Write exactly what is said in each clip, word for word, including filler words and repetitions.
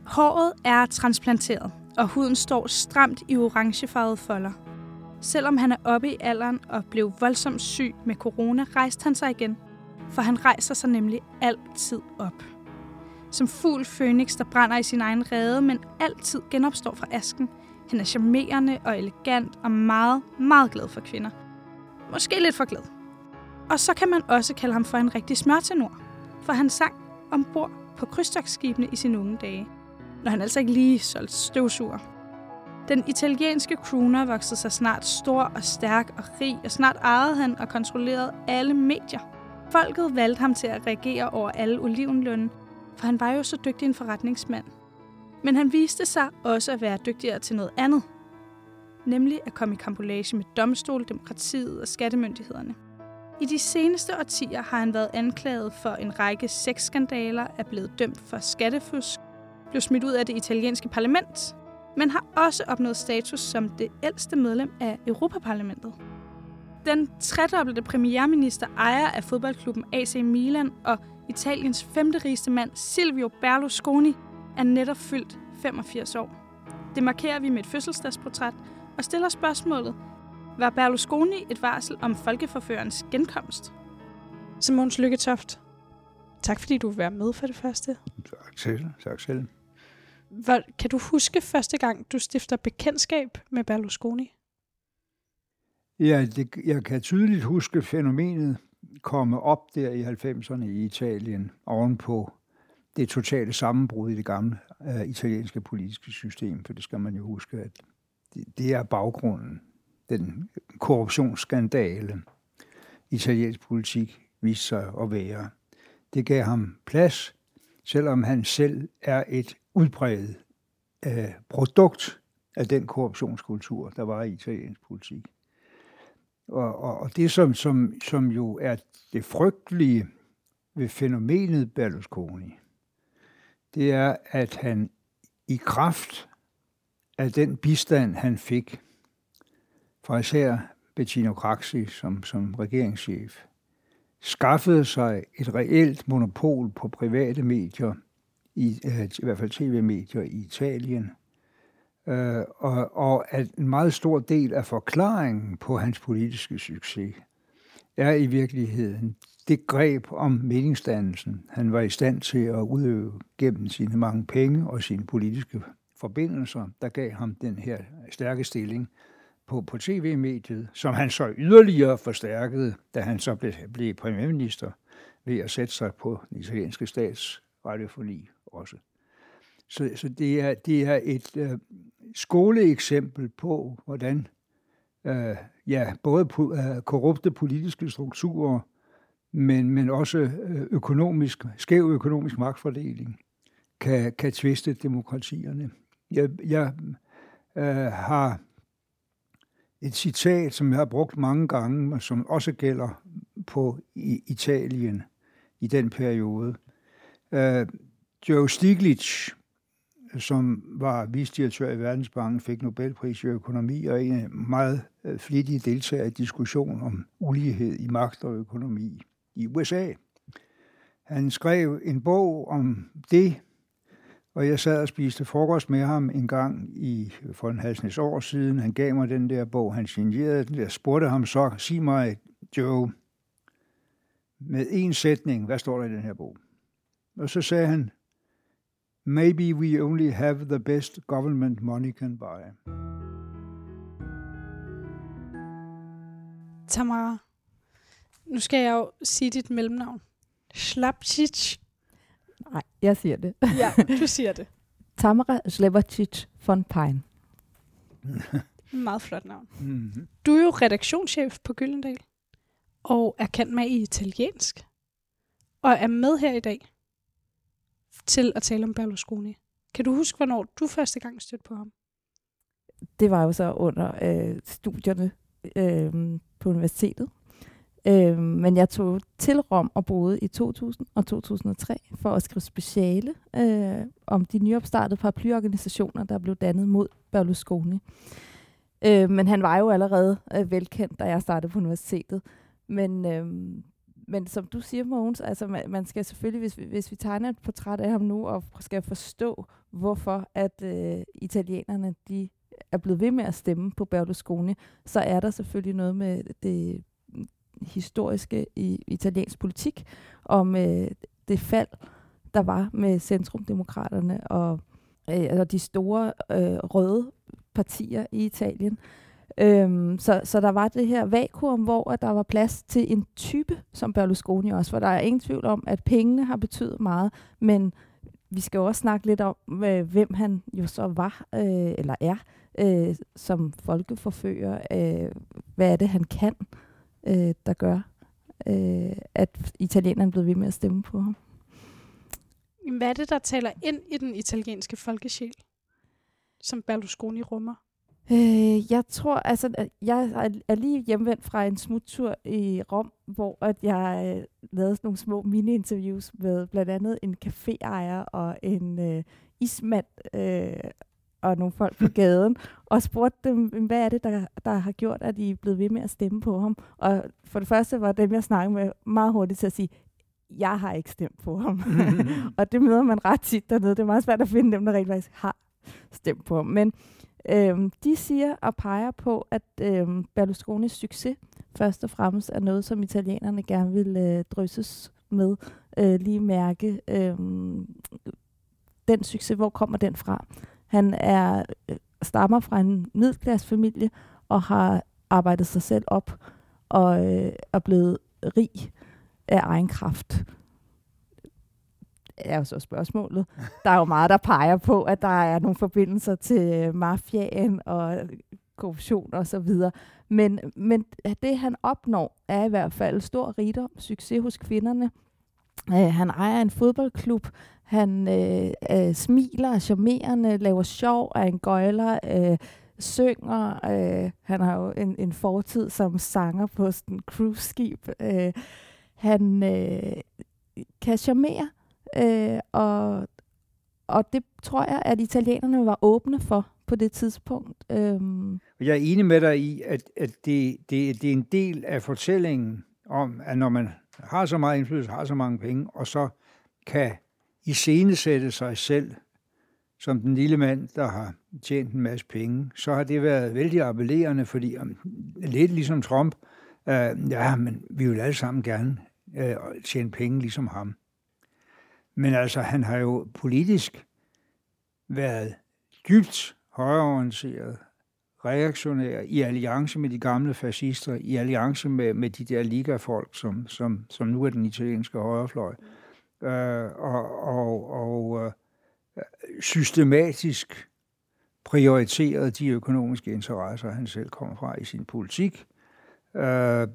Håret er transplanteret, og huden står stramt i orangefarvede folder. Selvom han er oppe i alderen og blev voldsomt syg med corona, rejste han sig igen, for han rejser sig nemlig altid op. Som fugl Fønix, der brænder i sin egen rede, men altid genopstår fra asken. Han er charmerende og elegant og meget, meget glad for kvinder. Måske lidt for glad. Og så kan man også kalde ham for en rigtig smørtenor, for han sang ombord på krydstogtskibene i sine unge dage, når han altså ikke lige solgte støvsuger. Den italienske crooner voksede sig snart stor og stærk og rig, og snart ejede han og kontrollerede alle medier. Folket valgte ham til at regere over alle olivenlunde, for han var jo så dygtig en forretningsmand. Men han viste sig også at være dygtigere til noget andet, nemlig at komme i kampolage med domstol, demokratiet og skattemyndighederne. I de seneste årtier har han været anklaget for en række sexskandaler, er blevet dømt for skattefusk, blev smidt ud af det italienske parlament, men har også opnået status som det ældste medlem af Europaparlamentet. Den tredobbelte premierminister, ejer af fodboldklubben A C Milan og Italiens femte rigeste mand, Silvio Berlusconi, er netop fyldt femogfirs år. Det markerer vi med et fødselsdagsportræt og stiller spørgsmålet: var Berlusconi et varsel om folkeforførerens genkomst? Simons Lykketoft, tak fordi du vil være med for det første. Tak selv. Tak selv. Hvor, kan du huske første gang, du stifter bekendtskab med Berlusconi? Ja, det, jeg kan tydeligt huske fænomenet komme op der i halvfemserne i Italien, ovenpå det totale sammenbrud i det gamle uh, italienske politiske system, for det skal man jo huske, at det, det er baggrunden. Den korruptionsskandale, italiensk politik viste sig at være. Det gav ham plads, selvom han selv er et udpræget uh, produkt af den korruptionskultur, der var i italiensk politik. Og, og, og det, som, som, som jo er det frygtelige ved fænomenet Berlusconi, det er, at han i kraft af den bistand, han fik fra især Bettino Craxi som, som regeringschef, skaffede sig et reelt monopol på private medier, i, i hvert fald tv-medier i Italien, Uh, og, og at en meget stor del af forklaringen på hans politiske succes er i virkeligheden det greb om meningsdannelsen, han var i stand til at udøve gennem sine mange penge og sine politiske forbindelser, der gav ham den her stærke stilling på, på tv-mediet, som han så yderligere forstærkede, da han så blev, blev premierminister ved at sætte sig på den italienske statsradiofoni også. Så, så det, er, det er et øh, skoleeksempel på, hvordan øh, ja, både po- øh, korrupte politiske strukturer, men, men også økonomisk, skæv økonomisk magtfordeling kan, kan tviste demokratierne. Jeg, jeg øh, har et citat, som jeg har brugt mange gange, og som også gælder på i Italien i den periode. Øh, Joe Stiglitz, som var vicedirektør i Verdensbanken, fik Nobelpris i økonomi og en meget flittig deltager i diskussion om ulighed i magt og økonomi i U S A. Han skrev en bog om det, og jeg sad og spiste frokost med ham en gang i, for en halvsnes år siden. Han gav mig den der bog, han signerede den. Jeg spurgte ham så, sig mig, Joe, med en sætning, hvad står der i den her bog? Og så sagde han, maybe we only have the best government money can buy. Tamara, nu skal jeg jo sige dit mellemnavn. Slapcic. Nej, jeg siger det. Ja, du siger det. Tamara Slapcic von Pine. Meget flot navn. Mm-hmm. Du er jo redaktionschef på Gyldendal, og er kendt med i italiensk, og er med her i dag til at tale om Berlusconi. Kan du huske, hvornår du første gang stødte på ham? Det var jo så under øh, studierne øh, på universitetet. Øh, men jeg tog til Rom og boede i to tusind og to tusind og tre for at skrive speciale øh, om de nyopstartede paraplyorganisationer, der blev dannet mod Berlusconi. Øh, men han var jo allerede øh, velkendt, da jeg startede på universitetet. Men øh, men som du siger, Mogens, altså man, man skal selvfølgelig, hvis vi, hvis vi tegner et portræt af ham nu, og skal forstå, hvorfor at øh, italienerne, de er blevet ved med at stemme på Berlusconi, så er der selvfølgelig noget med det historiske i italiensk politik, og med det fald, der var med centrumdemokraterne og, øh, og de store øh, røde partier i Italien. Øhm, så, så der var det her vakuum, hvor der var plads til en type som Berlusconi også, for der er ingen tvivl om, at pengene har betydet meget, men vi skal jo også snakke lidt om, øh, hvem han jo så var, øh, eller er, øh, som folkeforfører. Øh, hvad er det, han kan, øh, der gør, øh, at italienerne blev ved med at stemme på ham? Hvad er det, der taler ind i den italienske folkesjæl, som Berlusconi rummer? Øh, jeg tror, altså, jeg er lige hjemvendt fra en smuttur i Rom, hvor at jeg øh, lavede nogle små mini-interviews med blandt andet en caféejer og en øh, ismand øh, og nogle folk på gaden, og spurgte dem, hvad er det, der, der har gjort, at I er blevet ved med at stemme på ham? Og for det første var dem, jeg snakkede med, meget hurtigt til at sige, jeg har ikke stemt på ham. Og det møder man ret tit dernede. Det er meget svært at finde dem, der rent faktisk har stemt på ham. Men Øhm, de siger og peger på, at øhm, Berlusconis succes først og fremmest er noget, som italienerne gerne vil øh, drysses med. Øh, lige mærke øhm, den succes, hvor kommer den fra? Han er øh, stammer fra en middelklassefamilie og har arbejdet sig selv op og øh, er blevet rig af egen kraft. Er jo så spørgsmålet. Der er jo meget, der peger på, at der er nogle forbindelser til mafiaen og korruption og så videre. Men, men det, han opnår, er i hvert fald stor rigdom, succes hos kvinderne. Uh, han ejer en fodboldklub. Han uh, uh, smiler, er charmerende, laver sjov, er en gøjler, uh, synger. Uh, han har jo en, en fortid som sanger på sådan en cruise-skib. Uh, han uh, kan charmere. Øh, og, og det tror jeg, at italienerne var åbne for på det tidspunkt. Øhm. Jeg er enig med dig i, at, at det, det, det er en del af fortællingen om, at når man har så meget indflydelse, har så mange penge, og så kan iscenesætte sig selv som den lille mand, der har tjent en masse penge, så har det været vældig appellerende, fordi um, lidt ligesom Trump, uh, ja, men vi vil alle sammen gerne uh, tjene penge ligesom ham. Men altså, han har jo politisk været dybt højreorienteret, reaktionær, i alliance med de gamle fascister, i alliance med, med de der ligafolk, som, som, som nu er den italienske højrefløj. Mm. Øh, og og, og øh, systematisk prioriteret de økonomiske interesser, han selv kommer fra i sin politik. Øh,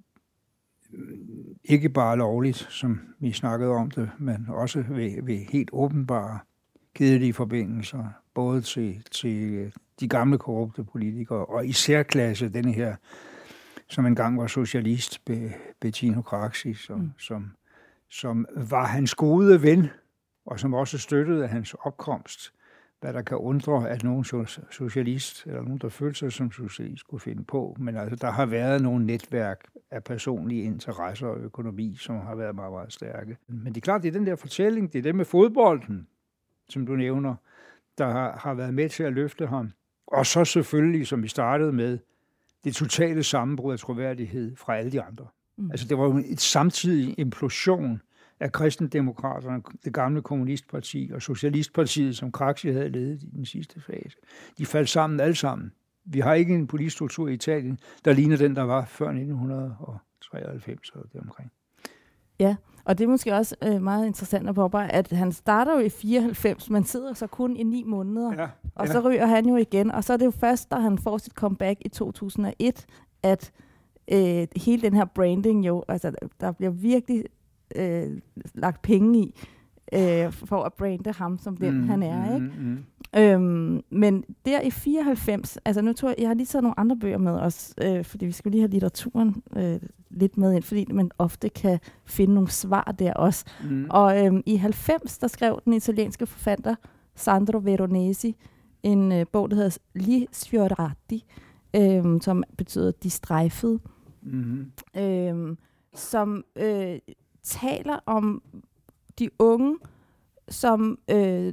Ikke bare lovligt, som vi snakkede om det, men også ved, ved helt åbenbare kedelige forbindelser, både til, til de gamle korrupte politikere, og i særklasse denne her, som engang var socialist, Bettino Craxi, som, mm. som, som var hans gode ven, og som også støttede hans opkomst, hvad der kan undre, at nogen socialist, eller nogen, der følte sig som socialist, kunne finde på. Men altså, der har været nogle netværk af personlige interesser og økonomi, som har været meget, meget stærke. Men det er klart, det er den der fortælling, det er det med fodbolden, som du nævner, der har, har været med til at løfte ham. Og så selvfølgelig, som vi startede med, det totale sammenbrud af troværdighed fra alle de andre. Mm. Altså, det var jo et samtidig implosion af kristendemokraterne, det gamle kommunistparti og socialistpartiet, som Craxi havde ledet i den sidste fase. De faldt sammen alle sammen. Vi har ikke en politisk struktur i Italien, der ligner den, der var før nitten treoghalvfems og deromkring. Ja, og det er måske også øh, meget interessant at påpege, at han starter jo i fireoghalvfems, men sidder så kun i ni måneder, ja, og ja. Så ryger han jo igen. Og så er det jo først, da han får sit comeback i to tusind og et, at øh, hele den her branding jo, altså der bliver virkelig øh, lagt penge i, øh, for at brande ham som den, mm, han er, ikke? Mm, mm. Øhm, men der i fireoghalvfems, altså nu tror jeg, jeg har lige taget nogle andre bøger med os, øh, fordi vi skal lige have litteraturen øh, lidt med ind, fordi man ofte kan finde nogle svar der også. Mm. Og øhm, i halvfems, der skrev den italienske forfatter Sandro Veronesi en øh, bog, der hedder Gli Sfiorati, øh, som betyder De strejfede. Mm. Øh, som øh, taler om de unge, som, øh,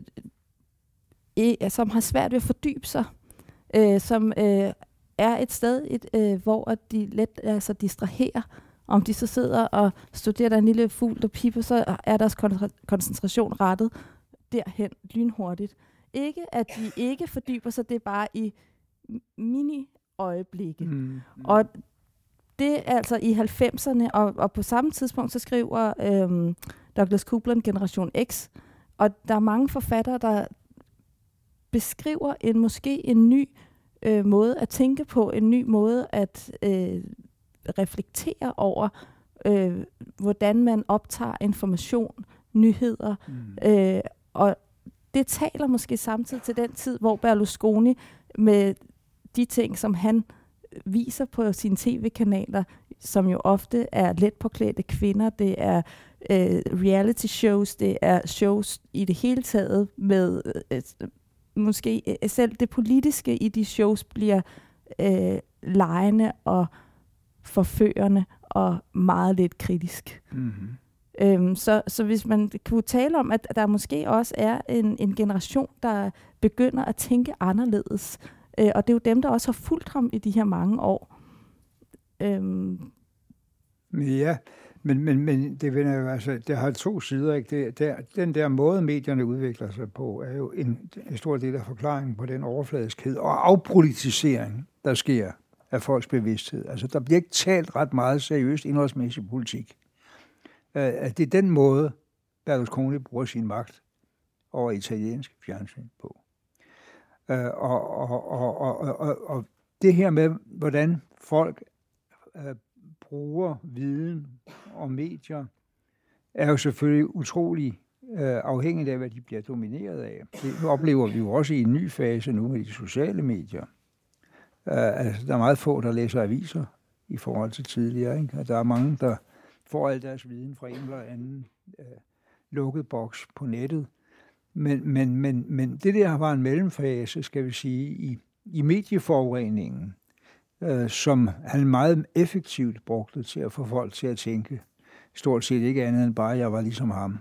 e, som har svært ved at fordybe sig, øh, som øh, er et sted, et, øh, hvor de let lader sig distrahere. Om de så sidder og studerer der en lille fugl, der piper, så er deres kon- koncentration rettet derhen lynhurtigt. Ikke at de ikke fordyber sig, det er bare i mini-øjeblikke. Mm. Mm. Og det er altså i halvfemserne, og, og på samme tidspunkt, så skriver øhm, Douglas Coupland Generation X, og der er mange forfattere, der beskriver en måske en ny øh, måde at tænke på, en ny måde at øh, reflektere over, øh, hvordan man optager information, nyheder, mm. øh, og det taler måske samtidig til den tid, hvor Berlusconi med de ting, som han viser på sine tv-kanaler, som jo ofte er let påklædte kvinder, det er øh, reality shows, det er shows i det hele taget med øh, måske øh, selv det politiske i de shows bliver øh, legende og forførende og meget lidt kritisk. Mm-hmm. Øhm, så, så hvis man kunne tale om, at der måske også er en, en generation, der begynder at tænke anderledes, øh, og det er jo dem, der også har fulgt ham i de her mange år. Øhm. Ja, men, men, men det, jo, altså, det har to sider. Ikke? Det, der, den der måde, medierne udvikler sig på, er jo en, en stor del af forklaringen på den overfladiskhed og afpolitisering, der sker af folks bevidsthed. Altså, der bliver ikke talt ret meget seriøst indholdsmæssig politik. At det er den måde, Berlusconi bruger sin magt over italiensk fjernsyn på. Og, og, og, og, og, og det her med, hvordan folk uh, bruger viden og medier, er jo selvfølgelig utrolig uh, afhængigt af, hvad de bliver domineret af. Det oplever vi jo også i en ny fase nu med de sociale medier. Uh, altså, der er meget få, der læser aviser i forhold til tidligere. Ikke? Og der er mange, der får al deres viden fra en eller anden øh, lukket boks på nettet. Men, men, men, men det der var en mellemfase, skal vi sige, i, i medieforureningen, øh, som han meget effektivt brugte til at få folk til at tænke stort set ikke andet end bare, at jeg var ligesom ham.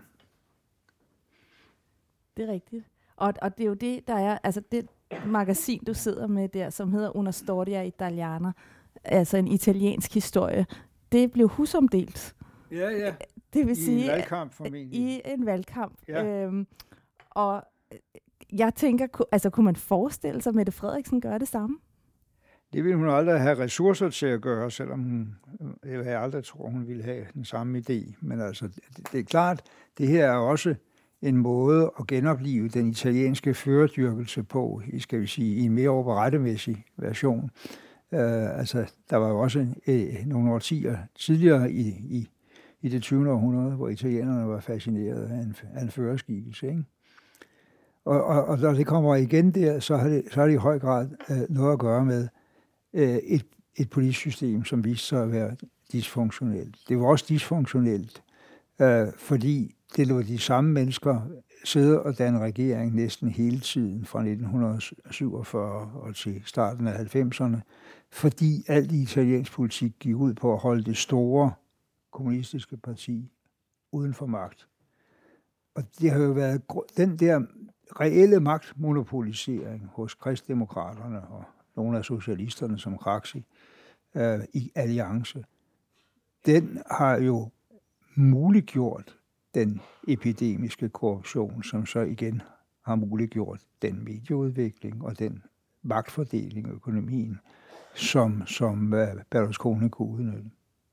Det er rigtigt. Og, og det er jo det, der er, altså det magasin, du sidder med der, som hedder Una Storia Italiana, altså en italiensk historie, det blev husomdelt. Ja, ja. Det vil I sige, en valgkamp formentlig. I en valgkamp. Ja. Øhm, og jeg tænker, altså kunne man forestille sig, at Mette Frederiksen gør det samme? Det ville hun aldrig have ressourcer til at gøre, selvom hun, jeg aldrig tror, hun ville have den samme idé. Men altså, det, det er klart, det her er også en måde at genopleve den italienske førerdyrkelse på, skal vi sige, i en mere overrettemæssig version. Uh, altså, der var jo også uh, nogle årtier tidligere i, i, i det tyvende århundrede, hvor italienerne var fascineret af en, af en førerskikkelse, ikke? Og, og, og når det kommer igen der, så har det, så har det i høj grad uh, noget at gøre med uh, et, et politisk system, som viste sig at være dysfunktionelt. Det var også dysfunktionelt, uh, fordi det lå de samme mennesker sidde og danne regering næsten hele tiden fra nitten syvogfyrre og til starten af halvfemserne, fordi alt i italiensk politik gik ud på at holde det store kommunistiske parti uden for magt. Og det har jo været den der reelle magtmonopolisering hos kristdemokraterne og nogle af socialisterne som Craxi øh, i alliance. Den har jo muliggjort den epidemiske korruption, som så igen har muliggjort den medieudvikling og den magtfordeling i økonomien, som, som uh, Berlusconi kunne udnytte.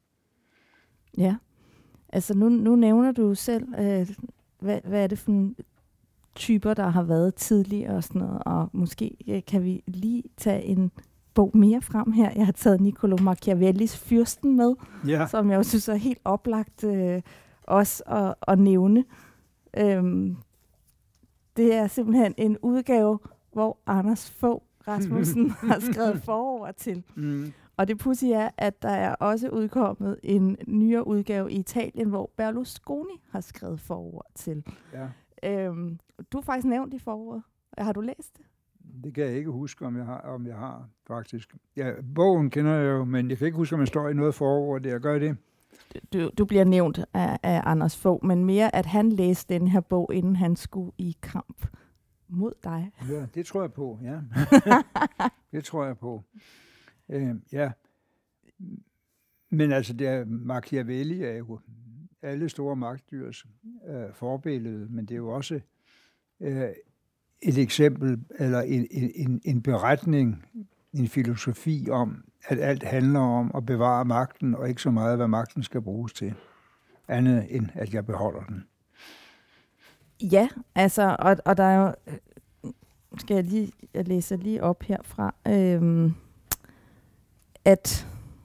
Ja, altså nu, nu nævner du selv, øh, hvad, hvad er det for typer, der har været tidligere og sådan noget, og måske øh, kan vi lige tage en bog mere frem her. Jeg har taget Niccolo Machiavellis Fyrsten med, ja. Som jeg jo synes er helt oplagt øh, også at, at nævne. Øhm, det er simpelthen en udgave, hvor Anders Fogh Rasmussen har skrevet forord til. Mm. Og det pudsige er, at der er også udkommet en nyere udgave i Italien, hvor Berlusconi har skrevet forord til. Ja. Øhm, du har faktisk nævnt i forordet. Har du læst det? Det kan jeg ikke huske, om jeg har, om jeg har faktisk. Ja, bogen kender jeg jo, men jeg kan ikke huske, om jeg står i noget forord der. Gør det? du, du bliver nævnt af, af Anders Fogh, men mere, at han læste den her bog, inden han skulle i kamp mod dig. Ja, det tror jeg på, ja. Det tror jeg på. Øh, ja. Men altså, det er, Machiavelli er jo alle store magtdyrs øh, forbillede, men det er jo også øh, et eksempel, eller en, en, en beretning, en filosofi om, at alt handler om at bevare magten, og ikke så meget, hvad magten skal bruges til, andet end at jeg beholder den. Ja, altså, og, og der er jo, skal jeg lige, jeg læser lige op herfra, øhm, at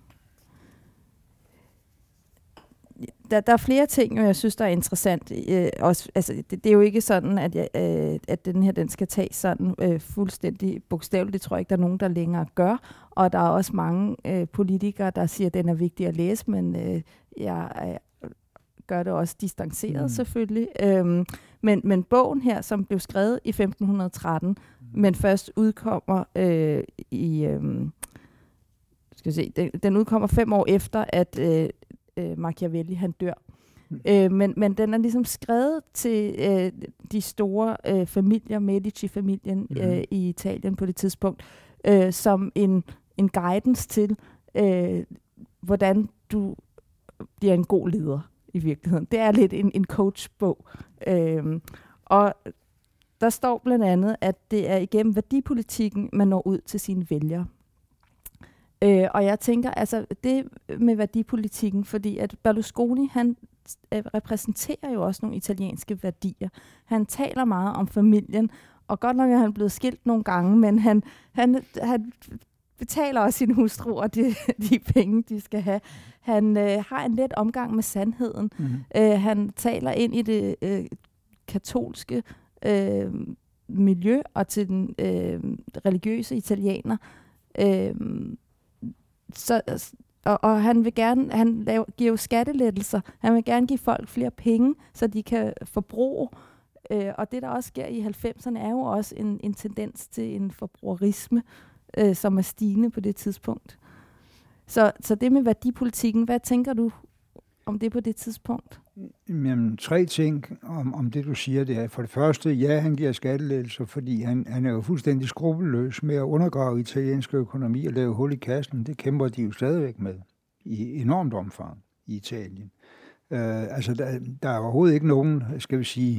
Der, der er flere ting, jeg synes, der er interessant. Øh, også, altså, det, det er jo ikke sådan, at, jeg, øh, at den her den skal tages sådan øh, fuldstændig bogstaveligt. Det tror jeg ikke, der er nogen, der længere gør. Og der er også mange øh, politikere, der siger, at den er vigtig at læse, men øh, jeg øh, gør det også distanceret mm. selvfølgelig. Øhm, men, men bogen her, som blev skrevet i femten tretten, mm. men først udkommer øh, i... Øh, skal se, den, den udkommer fem år efter, at... Øh, Machiavelli, han dør. Mm. Øh, men, men den er ligesom skrevet til øh, de store øh, familier, Medici-familien mm. øh, i Italien på det tidspunkt, øh, som en, en guidance til, øh, hvordan du bliver en god leder i virkeligheden. Det er lidt en, en coachbog. Øh, og der står blandt andet, at det er igennem værdipolitikken, man når ud til sine vælgere. Øh, og jeg tænker, altså det med værdipolitikken, fordi at Berlusconi, han øh, repræsenterer jo også nogle italienske værdier. Han taler meget om familien, og godt nok er han blevet skilt nogle gange, men han, han, han betaler også sin hustru og de, de penge, de skal have. Han øh, har en let omgang med sandheden. Mm-hmm. Øh, han taler ind i det øh, katolske øh, miljø og til den øh, religiøse italiener. Øh, Så, og, og han vil gerne, han laver, giver jo skattelettelser. Han vil gerne give folk flere penge, så de kan forbruge. Øh, og det, der også sker i halvfemserne, er jo også en, en tendens til en forbrugerisme, øh, som er stigende på det tidspunkt. Så, så det med værdipolitikken, hvad tænker du om det på det tidspunkt? Jamen, tre ting om, om det, du siger der. For det første, ja, han giver skattelettelser, fordi han, han er jo fuldstændig skrupelløs med at undergrave italiensk økonomi og lave hul i kassen. Det kæmper de jo stadigvæk med i enormt omfang i Italien. Uh, altså, der, der er overhovedet ikke nogen, skal vi sige,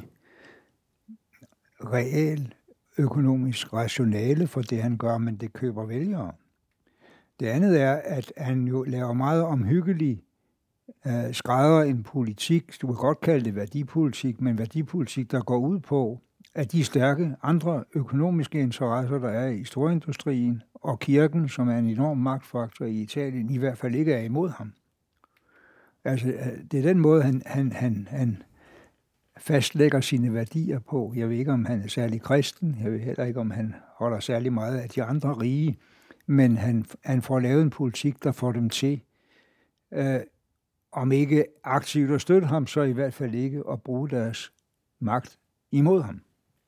real økonomisk rationale for det, han gør, men det køber vælgere. Det andet er, at han jo laver meget omhyggelig Uh, skrædder en politik, du kan godt kalde det værdipolitik, men værdipolitik, der går ud på, at de stærke andre økonomiske interesser, der er i storindustrien og kirken, som er en enorm magtfaktor i Italien, i hvert fald ikke er imod ham. Altså, det er den måde, han, han, han, han fastlægger sine værdier på. Jeg ved ikke, om han er særlig kristen, jeg ved heller ikke, om han holder særlig meget af de andre rige, men han, han får lavet en politik, der får dem til uh, om ikke aktivt at støtte ham, så i hvert fald ikke at bruge deres magt imod ham.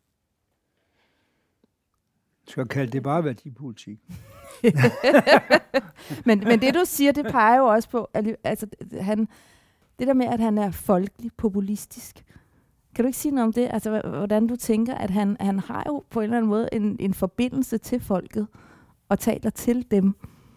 Jeg skal kalde det bare værdipolitik. men, men det, du siger, det peger jo også på, at altså, han, det der med, at han er folkelig populistisk. Kan du ikke sige noget om det? Altså, hvordan du tænker, at han, han har jo på en eller anden måde en, en forbindelse til folket, og taler til dem.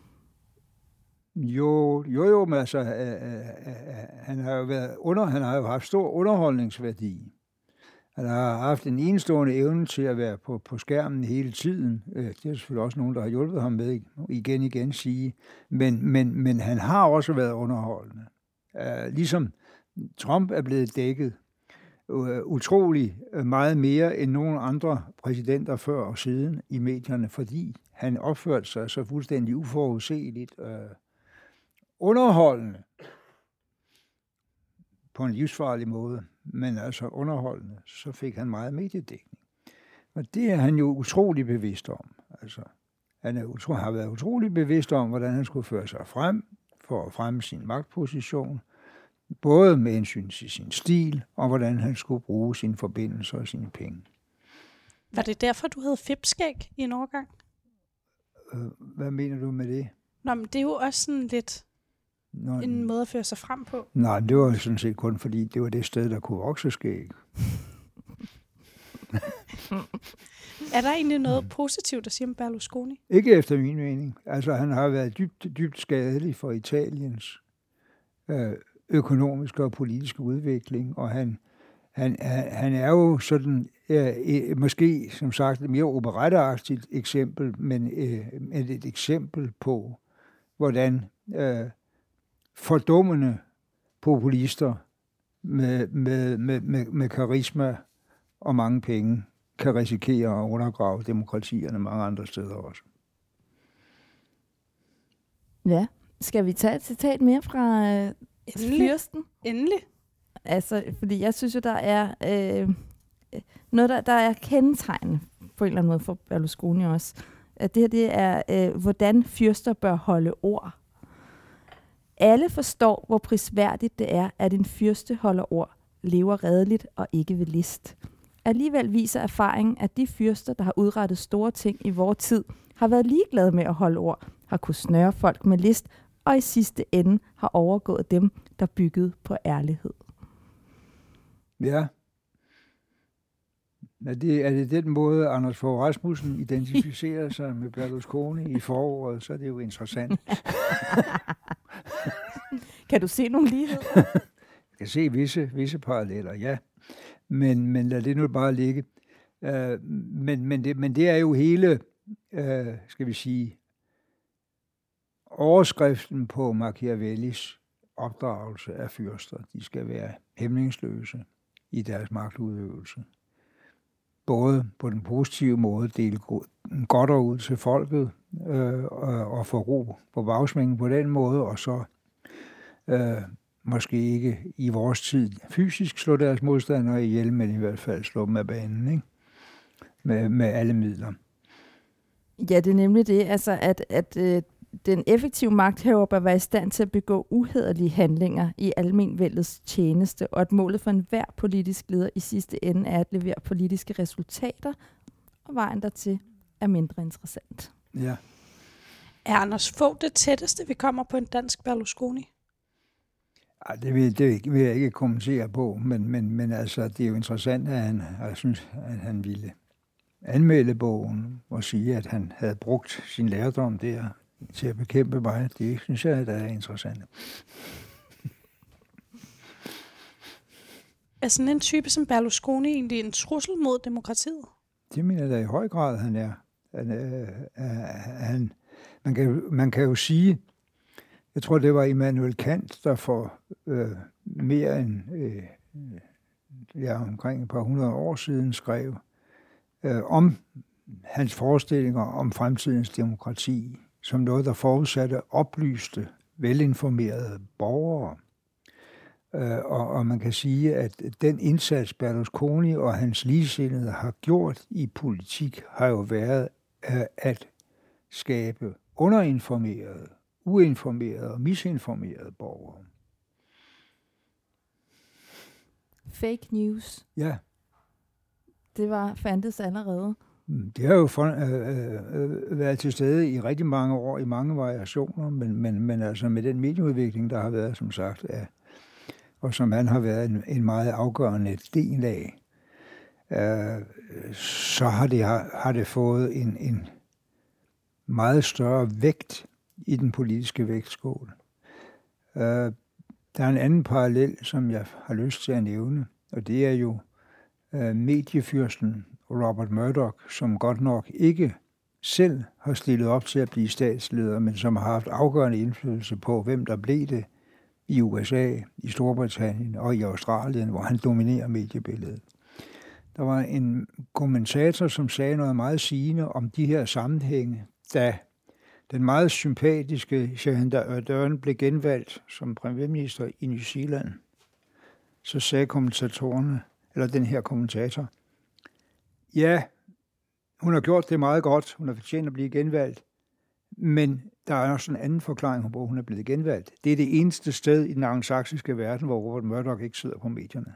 Jo, jo, jo, men altså, øh, øh, han har jo været under, han har jo haft stor underholdningsværdi. Han har haft en enestående evne til at være på, på skærmen hele tiden. Det er selvfølgelig også nogen, der har hjulpet ham med, igen igen sige. Men, men, men han har også været underholdende. Uh, ligesom Trump er blevet dækket uh, utrolig meget mere end nogen andre præsidenter før og siden i medierne, fordi han opførte sig så fuldstændig uforudsigeligt uh, underholdende på en livsfarlig måde, men altså underholdende, så fik han meget mediedækning. Og det er han jo utrolig bevidst om. Altså, han er utro, har været utrolig bevidst om, hvordan han skulle føre sig frem for at fremme sin magtposition, både med hensyn til sin stil, og hvordan han skulle bruge sine forbindelser og sine penge. Var det derfor, du havde fipskæg i en årgang? Hvad mener du med det? Nå, men det er jo også sådan lidt Nå, en måde at føre sig frem på? Nej, det var sådan set kun fordi, det var det sted, der kunne vokse skæg. Er der egentlig noget positivt at sige om Berlusconi? Ikke efter min mening. Altså, han har været dybt, dybt skadelig for Italiens øh, økonomiske og politiske udvikling, og han, han, han er jo sådan, øh, måske som sagt et mere operetteagtigt eksempel, men øh, et eksempel på, hvordan øh, fordummende populister med, med, med, med, med karisma og mange penge kan risikere at undergrave demokratierne mange andre steder også. Ja. Skal vi tage et citat mere fra øh, fyrsten? Endelig. Altså, fordi jeg synes jo, der er øh, noget, der, der er kendetegnende på en eller anden måde for Berlusconi også. At det her, det er, øh, hvordan fyrster bør holde ord. Alle forstår, hvor prisværdigt det er, at en fyrste holder ord, lever redeligt og ikke ved list. Alligevel viser erfaringen, at de fyrster, der har udrettet store ting i vores tid, har været ligeglade med at holde ord, har kunnet snøre folk med list, og i sidste ende har overgået dem, der byggede på ærlighed. Ja. Er det, er det den måde, Anders Fogh Rasmussen identificerer sig med Berlusconi i foråret, så er det jo interessant. Kan du se nogle ligheder? Jeg kan se visse, visse paralleller, ja. Men, men lad det nu bare ligge. Uh, men, men, det, men det er jo hele, uh, skal vi sige, overskriften på Machiavellis opdragelse af fyrster. De skal være hæmningsløse i deres magtudøvelse. Både på den positive måde dele godt ud til folket øh, og få ro på bagsmængen på den måde, og så øh, måske ikke i vores tid fysisk slå deres modstandere ihjel, men i hvert fald slå dem af banen, ikke? Med, med alle midler. Ja, det er nemlig det, altså at, at øh, den effektive magthaver bør være i stand til at begå uhæderlige handlinger i almenvældets tjeneste, og at målet for enhver politisk leder i sidste ende er at levere politiske resultater, og vejen dertil er mindre interessant. Ja. Er Anders Fogh det tætteste, vi kommer på en dansk Berlusconi? Ej, det, vil, det vil jeg ikke kommentere på, men, men, men altså, det er jo interessant, at han, jeg synes, at han ville anmelde bogen og sige, at han havde brugt sin lærdom der til at bekæmpe mig. Det synes jeg, der er interessant. Er sådan en type som Berlusconi egentlig en trussel mod demokratiet? Det mener jeg da i høj grad, han er. Han, øh, han, man, kan, man kan jo sige, jeg tror, det var Immanuel Kant, der for øh, mere end øh, ja, omkring et par hundrede år siden skrev øh, om hans forestillinger om fremtidens demokrati, som noget, der forudsatte oplyste, velinformerede borgere. Og, og man kan sige, at den indsats, Berlusconi og hans ligesindede har gjort i politik, har jo været at skabe underinformerede, uinformerede og misinformerede borgere. Fake news. Ja. Det var fandtes allerede. Det har jo for, øh, øh, været til stede i rigtig mange år, i mange variationer, men, men, men altså med den medieudvikling, der har været, som sagt, af, og som han har været en, en meget afgørende del af, øh, så har det, har, har det fået en, en meget større vægt i den politiske vægtskål. Øh, der er en anden parallel, som jeg har lyst til at nævne, og det er jo øh, mediefyrsten Robert Murdoch, som godt nok ikke selv har stillet op til at blive statsleder, men som har haft afgørende indflydelse på, hvem der blev det i U S A, i Storbritannien og i Australien, hvor han dominerer mediebilledet. Der var en kommentator, som sagde noget meget sigende om de her sammenhænge, da den meget sympatiske Jacinda Ardern blev genvalgt som premierminister i New Zealand. Så sagde kommentatorerne, eller den her kommentator, ja, hun har gjort det meget godt, hun har fortjent at blive genvalgt, men der er også en anden forklaring, hvor hun er blevet genvalgt. Det er det eneste sted i den angelsaksiske verden, hvor Robert Murdoch ikke sidder på medierne.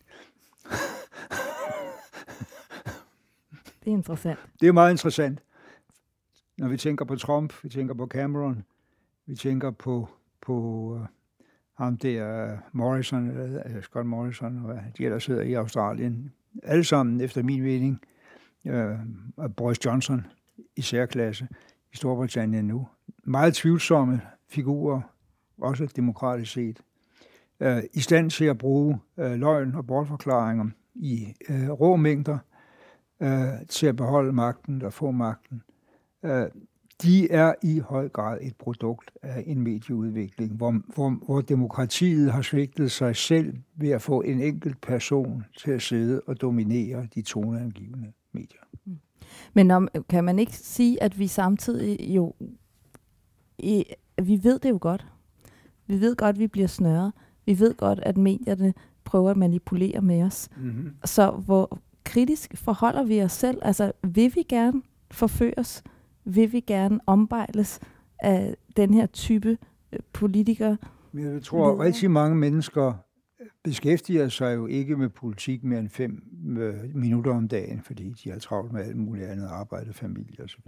Det er interessant. Det er meget interessant. Når vi tænker på Trump, vi tænker på Cameron, vi tænker på på øh, ham der Morrison, eller Scott Morrison, og hvad de ellers sidder i Australien. Alle sammen, efter min mening, øh, Boris Johnson i særklasse i Storbritannien nu. Meget tvivlsomme figurer, også demokratisk set, øh, i stand til at bruge øh, løgn og bortforklaringer i øh, rå mængder øh, til at beholde magten og få magten. Øh, de er i høj grad et produkt af en medieudvikling, hvor, hvor, hvor demokratiet har svigtet sig selv ved at få en enkelt person til at sidde og dominere de toneangivende medier. Men om, kan man ikke sige, at vi samtidig jo, i, vi ved det jo godt. Vi ved godt, at vi bliver snørret. Vi ved godt, at medierne prøver at manipulere med os. Mm-hmm. Så hvor kritisk forholder vi os selv? Altså, vil vi gerne forføres? Vil vi gerne ombejles af den her type politikere? Jeg tror, at rigtig mange mennesker beskæftiger sig jo ikke med politik mere end fem minutter om dagen, fordi de har travlt med alt muligt andet arbejde, familie osv.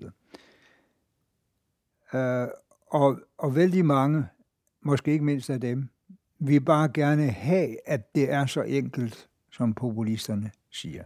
Uh, og, og vældig mange, måske ikke mindst af dem, vil bare gerne have, at det er så enkelt, som populisterne siger.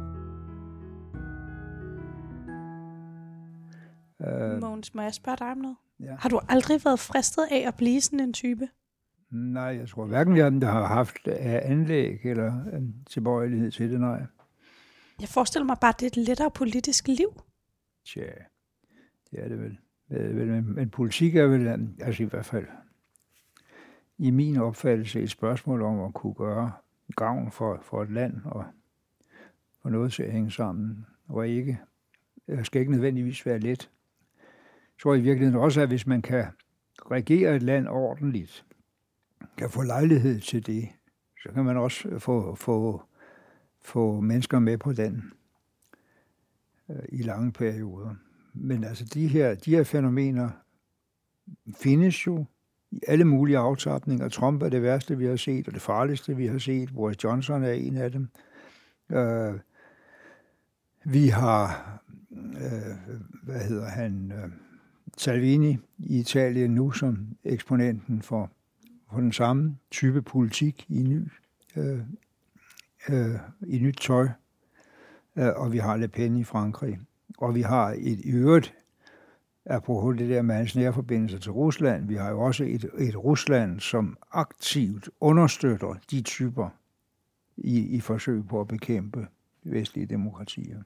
Uh, Mogens, må jeg spørge dig om noget? Ja. Har du aldrig været fristet af at blive sådan en type? Nej, jeg tror hverken jeg der har haft anlæg eller en tilbøjelighed til det, nej. Jeg forestiller mig bare, at det er et lettere politisk liv. Tja, det er det vel. Men, men politik er vel, altså i hvert fald, i min opfattelse et spørgsmål om at kunne gøre gavn for, for et land og få noget til at hænge sammen, og ikke, det skal ikke nødvendigvis være let. Jeg tror i virkeligheden også, at hvis man kan regere et land ordentligt, kan få lejlighed til det, så kan man også få, få, få mennesker med på den øh, i lange perioder. Men altså de her, de her fænomener findes jo i alle mulige aftapninger. Trump er det værste, vi har set, og det farligste, vi har set. Boris Johnson er en af dem. Øh, vi har, øh, hvad hedder han, øh, Salvini i Italien nu som eksponenten for, for den samme type politik i, ny, øh, øh, i nyt tøj. Øh, og vi har Le Pen i Frankrig. Og vi har et i øvrigt, apropos det der med hans nærforbindelser til Rusland, vi har jo også et, et Rusland, som aktivt understøtter de typer i, i forsøg på at bekæmpe vestlige demokratier.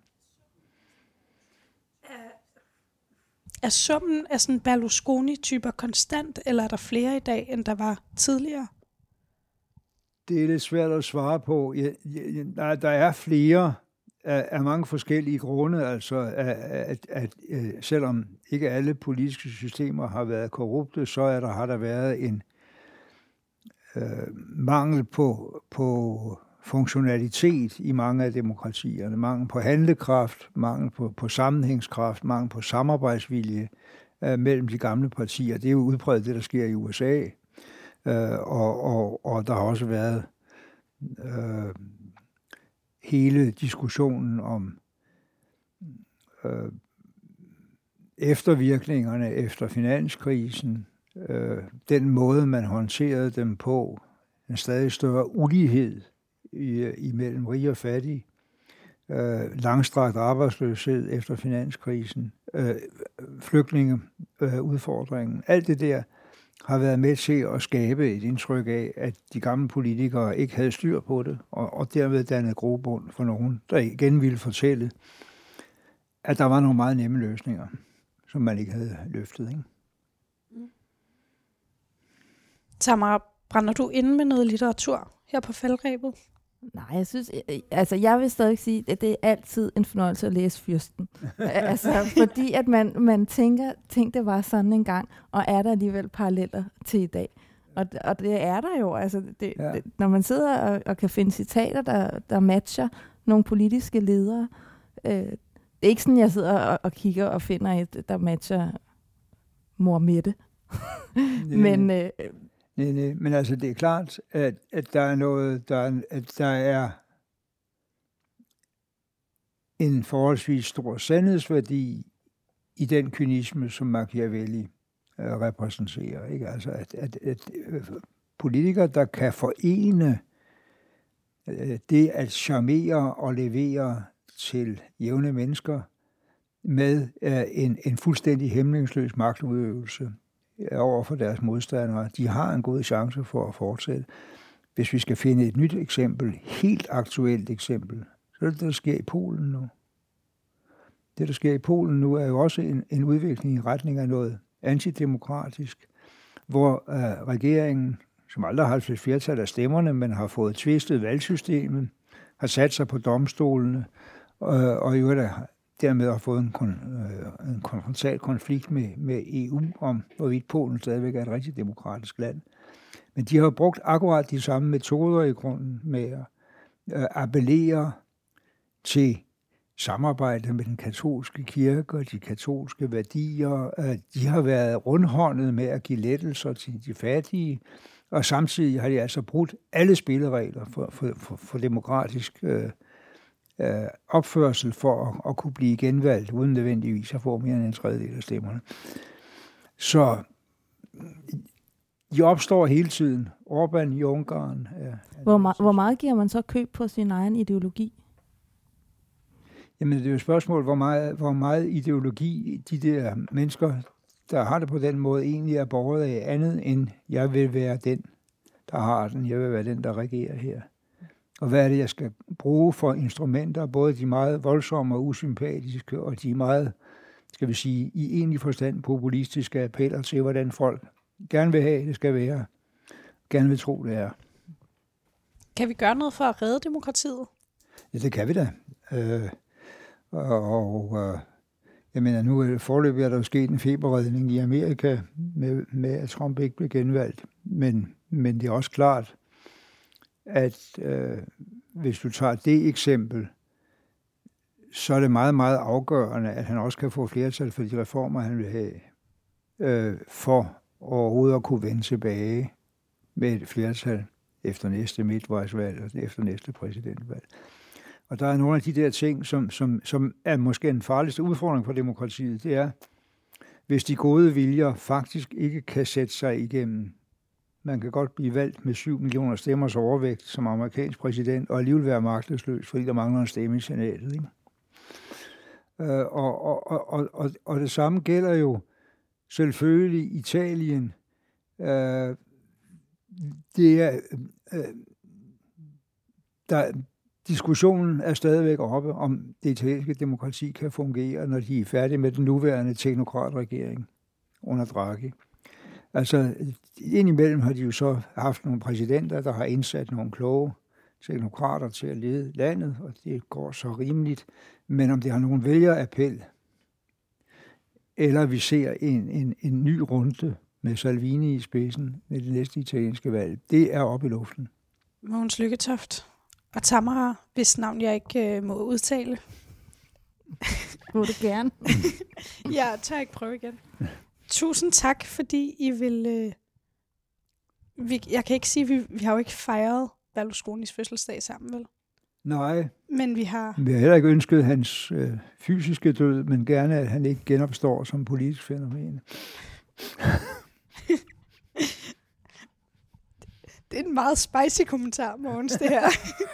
Er summen af sådan Berlusconi-typer konstant, eller er der flere i dag, end der var tidligere? Det er lidt svært at svare på. Ja, ja, der, der er flere af, af mange forskellige grunde, altså at, at, at, at selvom ikke alle politiske systemer har været korrupte, så er der, har der været en øh, mangel på, på funktionalitet i mange af demokratierne, mangel på handlekraft, mangel på, på sammenhængskraft, mangel på samarbejdsvilje øh, mellem de gamle partier. Det er jo udbredt det, der sker i U S A, øh, og, og, og der har også været øh, hele diskussionen om øh, eftervirkningerne efter finanskrisen, øh, den måde, man håndterede dem på, en stadig større ulighed i, imellem rige og fattige, øh, langstrakt arbejdsløshed efter finanskrisen, øh, flygtningeudfordringen. Øh, alt det der har været med til at skabe et indtryk af, at de gamle politikere ikke havde styr på det, og, og derved dannede grobund for nogen, der igen ville fortælle, at der var nogle meget nemme løsninger, som man ikke havde løftet. Ikke? Mm. Tamara, brænder du inde med noget litteratur her på Faldrebet? Nej, jeg synes, altså jeg vil stadig sige, at det er altid en fornøjelse at læse Fyrsten. altså, fordi at man, man tænker, tænk det var sådan en gang, og er der alligevel paralleller til i dag. Og, og det er der jo, altså det, ja. det, når man sidder og, og kan finde citater, der, der matcher nogle politiske ledere. Øh, det er ikke sådan, jeg sidder og, og kigger og finder et, der matcher Mor Mette. Men øh, Nej, nej, men altså det er klart, at, at der er noget, der, at der er en forholdsvis stor sandhedsværdi i den kynisme, som Machiavelli øh, repræsenterer. Ikke? Altså, at, at, at politikere, der kan forene øh, det at charmere og levere til jævne mennesker med øh, en, en fuldstændig hæmningsløs magtudøvelse over for deres modstandere, de har en god chance for at fortsætte. Hvis vi skal finde et nyt eksempel, helt aktuelt eksempel, så er det, der sker i Polen nu. Det, der sker i Polen nu, er jo også en, en udvikling i retning af noget antidemokratisk, hvor øh, regeringen, som aldrig har haft et flertal af stemmerne, men har fået tvistet valgsystemet, har sat sig på domstolene, øh, og jo der dermed har fået en, kon, øh, en konfrontal konflikt med, med E U om, hvorvidt Polen stadigvæk er et rigtig demokratisk land. Men de har brugt akkurat de samme metoder i grunden med at øh, appellere til samarbejde med den katolske kirke og de katolske værdier. De har været rundhåndet med at give lettelser til de fattige, og samtidig har de altså brudt alle spilleregler for, for, for, for demokratisk øh, øh, opførsel for at, at kunne blive genvalgt, uden nødvendigvis at få mere end en tredjedel af stemmerne. Så de opstår hele tiden. Orbán i Ungarn. Er, er hvor, ma- hvor meget giver man så køb på sin egen ideologi? Jamen, det er jo et spørgsmål, hvor meget, hvor meget ideologi de der mennesker, der har det på den måde, egentlig er båret af andet, end jeg vil være den, der har den. Jeg vil være den, der regerer her. Og hvad er det, jeg skal bruge for instrumenter, både de meget voldsomme og usympatiske, og de meget, skal vi sige, i egentlig forstand populistiske appeller til, hvordan folk gerne vil have, det skal være, gerne vil tro, det er. Kan vi gøre noget for at redde demokratiet? Ja, det kan vi da. Øh, Og øh, jeg mener, nu foreløbig er der jo sket en feberredning i Amerika med, med at Trump ikke blev genvalgt. Men, men det er også klart, at øh, hvis du tager det eksempel, så er det meget, meget afgørende, at han også kan få flertal for de reformer, han vil have, øh, for overhovedet at kunne vende tilbage med et flertal efter næste midtvejsvalg og efter næste præsidentvalg. Og der er nogle af de der ting, som, som, som er måske en farligste udfordring for demokratiet, det er, hvis de gode viljer faktisk ikke kan sætte sig igennem. Man kan godt blive valgt med syv millioner stemmers overvægt som amerikansk præsident, og alligevel være magtesløs, fordi der mangler en stemme i senatet. Ikke? Øh, og, og, og, og, og det samme gælder jo selvfølgelig Italien. Øh, det er... Øh, der Diskussionen er stadigvæk oppe, om det italienske demokrati kan fungere, når de er færdige med den nuværende teknokratregering under Draghi. Altså, indimellem har de jo så haft nogle præsidenter, der har indsat nogle kloge teknokrater til at lede landet, og det går så rimeligt. Men om det har nogen vælgerappel, eller vi ser en, en, en ny runde med Salvini i spidsen med det næste italienske valg, det er oppe i luften. Mogens Lykketoft og Tamara, hvis navn jeg ikke øh, må udtale. Må du gerne. Ja, tør ikke prøve igen. Tusind tak, fordi I vil... Øh, vi, jeg kan ikke sige, at vi, vi har jo ikke fejret Berlusconis fødselsdag sammen, vel? Nej. Men vi har... Vi har heller ikke ønsket hans øh, fysiske død, men gerne, at han ikke genopstår som politisk fænomen. Det er en meget spicy kommentar, Mogens, det her.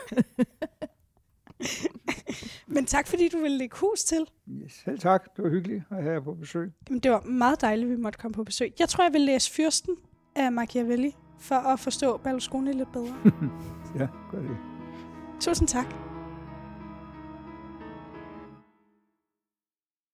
Men tak, fordi du ville lægge hus til. Ja, selv tak. Det var hyggeligt at have jer på besøg. Jamen, det var meget dejligt, at vi måtte komme på besøg. Jeg tror, jeg vil læse Fyrsten af Machiavelli, for at forstå Berlusconi lidt bedre. Ja, gør det. Tusind tak.